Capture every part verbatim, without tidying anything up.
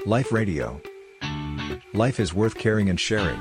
Life Radio. Life is worth caring and sharing.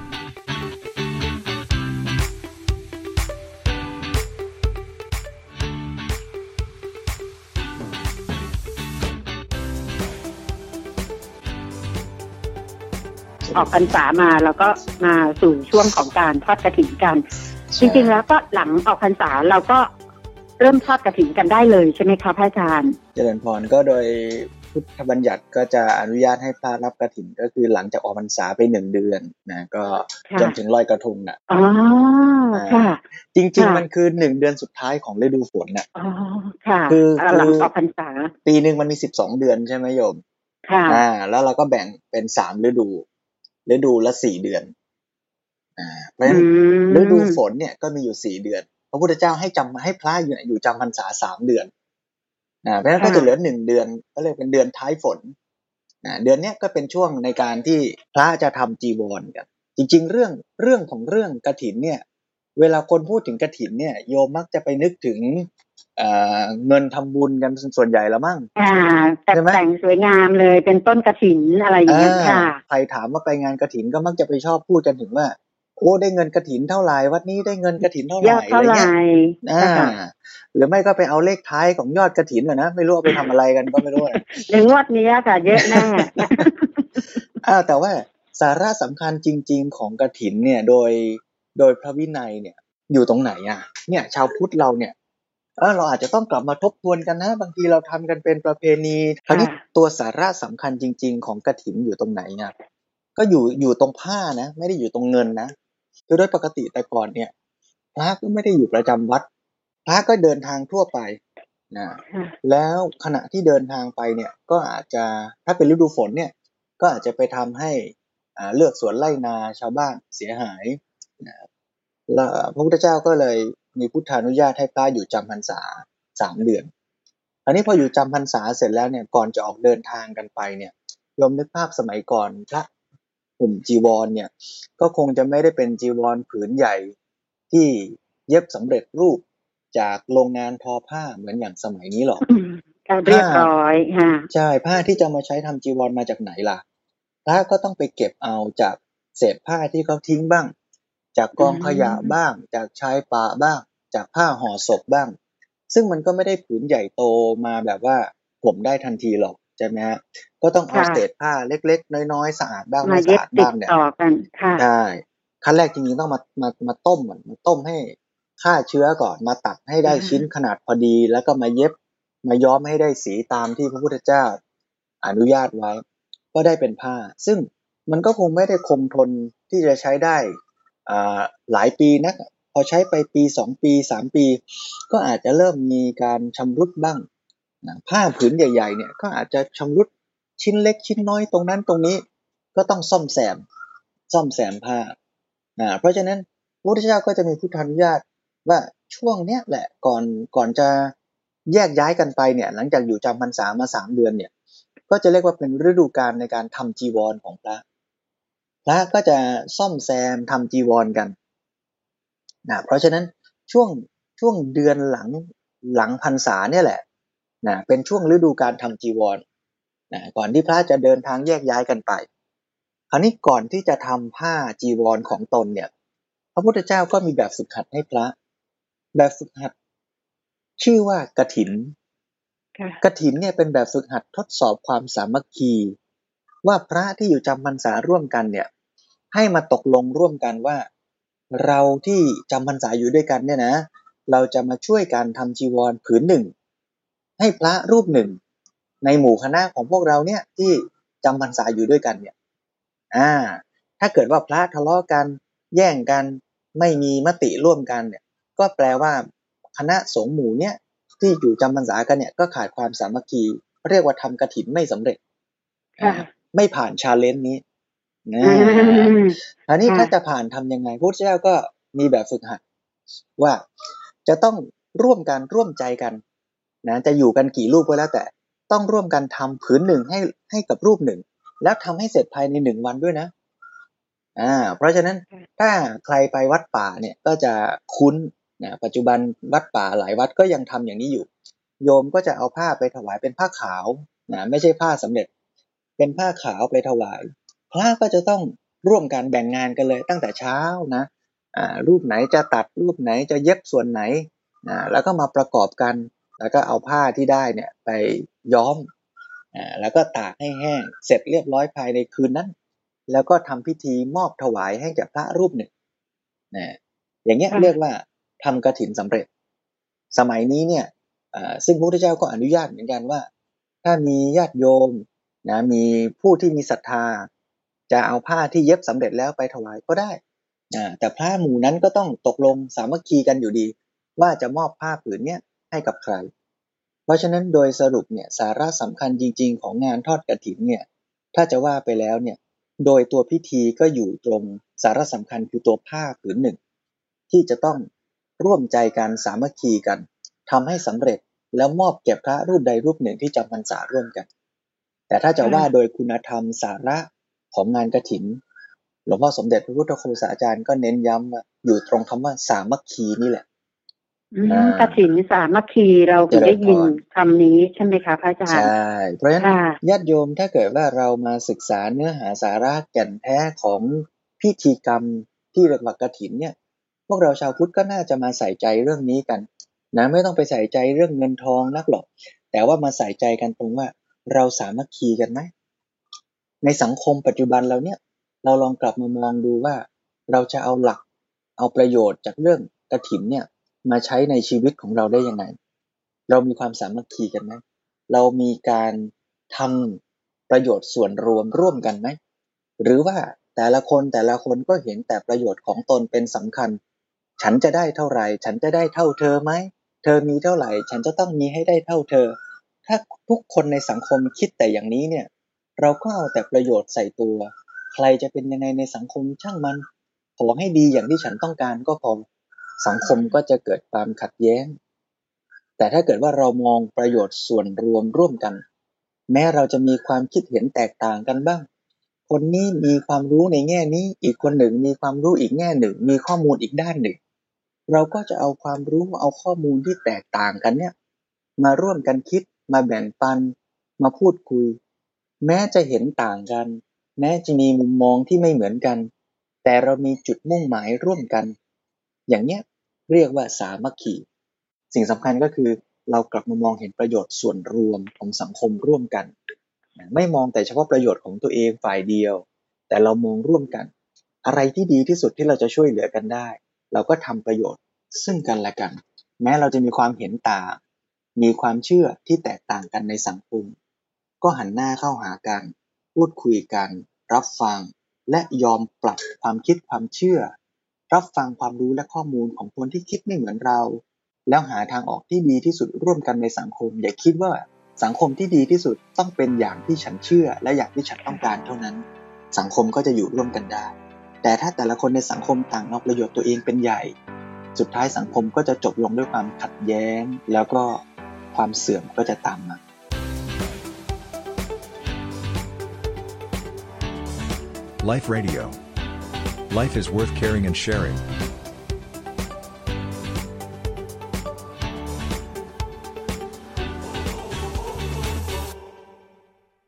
ออกพรรษามาแล้วก็มาสู่ช่วงของการทอดกฐินกันจริงๆแล้วก็หลังออกพรรษาเราก็เริ่มทอดกฐินกันได้เลยใช่ไหมคะพระอาจารย์เจริญพรก็โดยพุทธบัญญัติก็จะอนุญาตให้พระรับกฐินก็คือหลังจากออกพรรษาไปหนึ่งเดือนนะก็จนถึงลอยกระทงน่ะอ๋อค่ะจริงๆมันคือหนึ่งเดือนสุดท้ายของฤดูฝนน่ะอ๋อค่ะคือหลังออกพรรษาปีนึงมันมีสิบสองเดือนใช่ไหมโยมค่ะอ่าแล้วเราก็แบ่งเป็นสามฤดูฤดูละสี่เดือนอ่าเพราะฉะนั้นฤดูฝนเนี่ยก็มีอยู่สี่เดือนพระพุทธเจ้าให้จำให้พระอยู่อยู่จำพรรษาสามเดือนอ่าเพราะฉะนั้นก็จะเหลือหนึ่งเดือนก็เรียกเป็นเดือนท้ายฝนอ่าเดือนเนี้ยก็เป็นช่วงในการที่พระจะทำจีวรกันจริงๆเรื่องเรื่องของเรื่องกฐินเนี่ยเวลาคนพูดถึงกฐินเนี่ยโยมมักจะไปนึกถึงเอ่อเงินทำบุญกันส่วนใหญ่ละมั้งอ่าแต่แต่งสวยงามเลยเป็นต้นกฐินอะไรอย่างเงี้ยค่ะใครถามว่าไปงานกฐินก็มักจะไปชอบพูดกันถึงว่าโอ้ได้เงินกฐินเท่าไหร่วัดนี้ได้เงินกฐินเท่าไหร่อะไรเงี้ยอ่าหรือไม่ก็ไปเอาเลขท้ายของยอดกฐินน่ะนะไม่รู้เอาไปทำอะไรกันก็ไม่รู้นะในงวดนี้ค่ะเยอะแน่อ้าวแต่ว่าสาระสำคัญจริงๆของกฐินเนี่ยโดยโดยพระวินัยเนี่ยอยู่ตรงไหนอ่ะเนี่ยชาวพุทธเราเนี่ยเออเราอาจจะต้องกลับมาทบทวนกันนะบางทีเราทำกันเป็นประเพณีคราวนี้ตัวสาระสำคัญจริงๆของกฐินอยู่ตรงไหนเนี่ยก็อยู่อยู่ตรงผ้านะไม่ได้อยู่ตรงเงินนะคือโดยปกติแต่ก่อนเนี่ยพระก็ไม่ได้อยู่ประจำวัดพระก็เดินทางทั่วไปนะแล้วขณะที่เดินทางไปเนี่ยก็อาจจะถ้าเป็นฤดูฝนเนี่ยก็อาจจะไปทำให้อ่าเลือกสวนไร่นาชาวบ้านเสียหายนะแล้วพระพุทธเจ้าก็เลยมีพุทธานุญาตให้พระอยู่จำพรรษาสามเดือนอันนี้พออยู่จำพรรษาเสร็จแล้วเนี่ยก่อนจะออกเดินทางกันไปเนี่ยโยมนึกภาพสมัยก่อนพระห่มจีวรเนี่ยก็คงจะไม่ได้เป็นจีวรผืนใหญ่ที่เย็บสำเร็จรูปจากโรงงานทอผ้าเหมือนอย่างสมัยนี้หรอกเรียบร้อยค่ะใช่ผ้าที่จะมาใช้ทำจีวรมาจากไหนล่ะพระก็ต้องไปเก็บเอาจากเศษผ้าที่เขาทิ้งบ้างจากกองขยะบ้างจากชายป่าบ้างจากผ้าห่อศพบ้างซึ่งมันก็ไม่ได้ผืนใหญ่โตมาแบบว่าห่มได้ทันทีหรอกใช่ไหมฮะก็ต้องเอาเศษผ้าเล็กๆน้อยๆสะอาดบ้างไม่สะอาดบ้างเนี่ยใช่ขั้นแรกจริงๆต้องมามามาต้มก่อนมาต้มให้ฆ่าเชื้อก่อนมาตัดให้ได้ชิ้นขนาดพอดีแล้วก็มาเย็บมาย้อมให้ได้สีตามที่พระพุทธเจ้าอนุญาตไว้ก็ได้เป็นผ้าซึ่งมันก็คงไม่ได้คงทนที่จะใช้ได้อ่าหลายปีนักพอใช้ไปปีสองปีสามปีก็อาจจะเริ่มมีการชำรุดบ้างนะผ้าผืนใหญ่ๆเนี่ยก็อาจจะชำรุดชิ้นเล็กชิ้นน้อยตรงนั้นตรงนี้ก็ต้องซ่อมแซมซ่อมแซมผ้านะเพราะฉะนั้นพระพุทธเจ้าก็จะมีพุทธานุญาตว่าช่วงเนี้ยแหละก่อนก่อนจะแยกย้ายกันไปเนี่ยหลังจากอยู่จำพรรษามาสามเดือนเนี่ยก็จะเรียกว่าเป็นฤดูกาลในการทำจีวรของพระพระก็จะซ่อมแซมทำจีวรกันนะเพราะฉะนั้นช่วงช่วงเดือนหลังหลังพรรษาเนี่ยแหละนะเป็นช่วงฤดูการทำจีวรนะก่อนที่พระจะเดินทางแยกย้ายกันไปคราวนี้ก่อนที่จะทำผ้าจีวรของตนเนี่ยพระพุทธเจ้าก็มีแบบฝึกหัดให้พระแบบฝึกหัดชื่อว่ากฐินกฐินเนี่ยเป็นแบบฝึกหัดทดสอบความสามัคคีว่าพระที่อยู่จำพรรษาร่วมกันเนี่ยให้มาตกลงร่วมกันว่าเราที่จำพรรษาอยู่ด้วยกันเนี่ยนะเราจะมาช่วยกันทำจีวรผืนหนึ่งให้พระรูปหนึ่งในหมู่คณะของพวกเราเนี่ยที่จำพรรษาอยู่ด้วยกันเนี่ยอ่าถ้าเกิดว่าพระทะเลาะกันแย่งกันไม่มีมติร่วมกันเนี่ยก็แปลว่าคณะสงฆ์หมู่เนี่ยที่อยู่จำพรรษากันเนี่ยก็ขาดความสามัคคีเรียกว่าทำกฐินไม่สำเร็จไม่ผ่านชาเลนจ์นี้นะอันนี้ถ้าจะผ่านทำยังไงพระพุทธเจ้าก็มีแบบฝึกหัดว่าจะต้องร่วมกันร่วมใจกันนะจะอยู่กันกี่รูปก็แล้วแต่ต้องร่วมกันทำผืนหนึ่งให้ให้กับรูปหนึ่งแล้วทำให้เสร็จภายในหนึ่งวันด้วยนะอ่าเพราะฉะนั้นถ้าใครไปวัดป่าเนี่ยก็จะคุ้นนะปัจจุบันวัดป่าหลายวัดก็ยังทำอย่างนี้อยู่โยมก็จะเอาผ้าไปถวายเป็นผ้าขาวนะไม่ใช่ผ้าสำเร็จเป็นผ้าขาวไปถวายพระก็จะต้องร่วมกันแบ่งงานกันเลยตั้งแต่เช้านะอ่ารูปไหนจะตัดรูปไหนจะเย็บส่วนไหนอ่าแล้วก็มาประกอบกันแล้วก็เอาผ้าที่ได้เนี่ยไปย้อมอ่าแล้วก็ตากให้แห้งเสร็จเรียบร้อยภายในคืนนั้นแล้วก็ทำพิธีมอบถวายให้แก่พระรูปหนึ่งนะอย่างเงี้ยเรียกว่าทำกฐินสำเร็จสมัยนี้เนี่ยซึ่งพระพุทธเจ้าก็อนุญาตเหมือนกันว่าถ้ามีญาติโยมนะมีผู้ที่มีศรัทธาจะเอาผ้าที่เย็บสำเร็จแล้วไปถวายก็ได้แต่พระหมู่นั้นก็ต้องตกลงสามัคคีกันอยู่ดีว่าจะมอบผ้าผืนเนี้ยให้กับใครเพราะฉะนั้นโดยสรุปเนี่ยสาระสำคัญจริงๆของงานทอดกฐินเนี่ยถ้าจะว่าไปแล้วเนี่ยโดยตัวพิธีก็อยู่ตรงสาระสำคัญคือตัวผ้าผืนหนึ่งที่จะต้องร่วมใจกันสามัคคีกันทำให้สำเร็จแล้วมอบแก่พระรูปใดรูปหนึ่งที่จำพรรษาร่วมกันแต่ถ้าจะว่าโดยคุณธรรมสาระของงานกฐินหลวงพ่อสมเด็จพระพุทธโฆษาจารย์ก็เน้นย้ำว่าอยู่ตรงคำว่าสามัคคีนี่แหละกฐินสามัคคีเราเคยได้ยินคำนี้ใช่ไหมคะพระอาจารย์ใช่เพราะฉะนั้นญาติโยมถ้าเกิดว่าเรามาศึกษาเนื้อหาสาระแก่นแท้ของพิธีกรรมที่เรียกว่ากฐินเนี่ยพวกเราชาวพุทธก็น่าจะมาใส่ใจเรื่องนี้กันนะไม่ต้องไปใส่ใจเรื่องเงินทองนักหรอกแต่ว่ามาใส่ใจกันตรงว่าเราสามัคคีกันไหมในสังคมปัจจุบันเราเนี่ยเราลองกลับมามองดูว่าเราจะเอาหลักเอาประโยชน์จากเรื่องกฐินเนี่ยมาใช้ในชีวิตของเราได้ยังไงเรามีความสามัคคีกันไหมเรามีการทำประโยชน์ส่วนรวมร่วมกันไหมหรือว่าแต่ละคนแต่ละคนก็เห็นแต่ประโยชน์ของตนเป็นสำคัญฉันจะได้เท่าไหร่ฉันจะได้เท่าเธอไหมเธอมีเท่าไหร่ฉันจะต้องมีให้ได้เท่าเธอถ้าทุกคนในสังคมคิดแต่อย่างนี้เนี่ยเราก็เอาแต่ประโยชน์ใส่ตัวใครจะเป็นยังไงในสังคมช่างมันขอให้ดีอย่างที่ฉันต้องการก็พอสังคมก็จะเกิดความขัดแย้งแต่ถ้าเกิดว่าเรามองประโยชน์ส่วนรวมร่วมกันแม้เราจะมีความคิดเห็นแตกต่างกันบ้างคนนี้มีความรู้ในแง่นี้อีกคนหนึ่งมีความรู้อีกแง่หนึ่งมีข้อมูลอีกด้านหนึ่งเราก็จะเอาความรู้เอาข้อมูลที่แตกต่างกันเนี่ยมาร่วมกันคิดมาแบ่งปันมาพูดคุยแม้จะเห็นต่างกันแม้จะมีมุมมองที่ไม่เหมือนกันแต่เรามีจุดมุ่งหมายร่วมกันอย่างเนี้ยเรียกว่าสามัคคีสิ่งสำคัญก็คือเรากลับมามองเห็นประโยชน์ส่วนรวมของสังคมร่วมกันไม่มองแต่เฉพาะประโยชน์ของตัวเองฝ่ายเดียวแต่เรามองร่วมกันอะไรที่ดีที่สุดที่เราจะช่วยเหลือกันได้เราก็ทำประโยชน์ซึ่งกันและกันแม้เราจะมีความเห็นต่างมีความเชื่อที่แตกต่างกันในสังคมก็หันหน้าเข้าหากันพูดคุยกันรับฟังและยอมปรับความคิดความเชื่อรับฟังความรู้และข้อมูลของคนที่คิดไม่เหมือนเราแล้วหาทางออกที่ดีที่สุดร่วมกันในสังคมอย่าคิดว่าสังคมที่ดีที่สุดต้องเป็นอย่างที่ฉันเชื่อและอย่างที่ฉันต้องการเท่านั้นสังคมก็จะอยู่ร่วมกันได้แต่ถ้าแต่ละคนในสังคมต่างเอาประโยชน์ตัวเองเป็นใหญ่สุดท้ายสังคมก็จะจบลงด้วยความขัดแย้งแล้วก็ความเสื่อมก็จะตามมา Life Radio. Life is worth caring and sharing.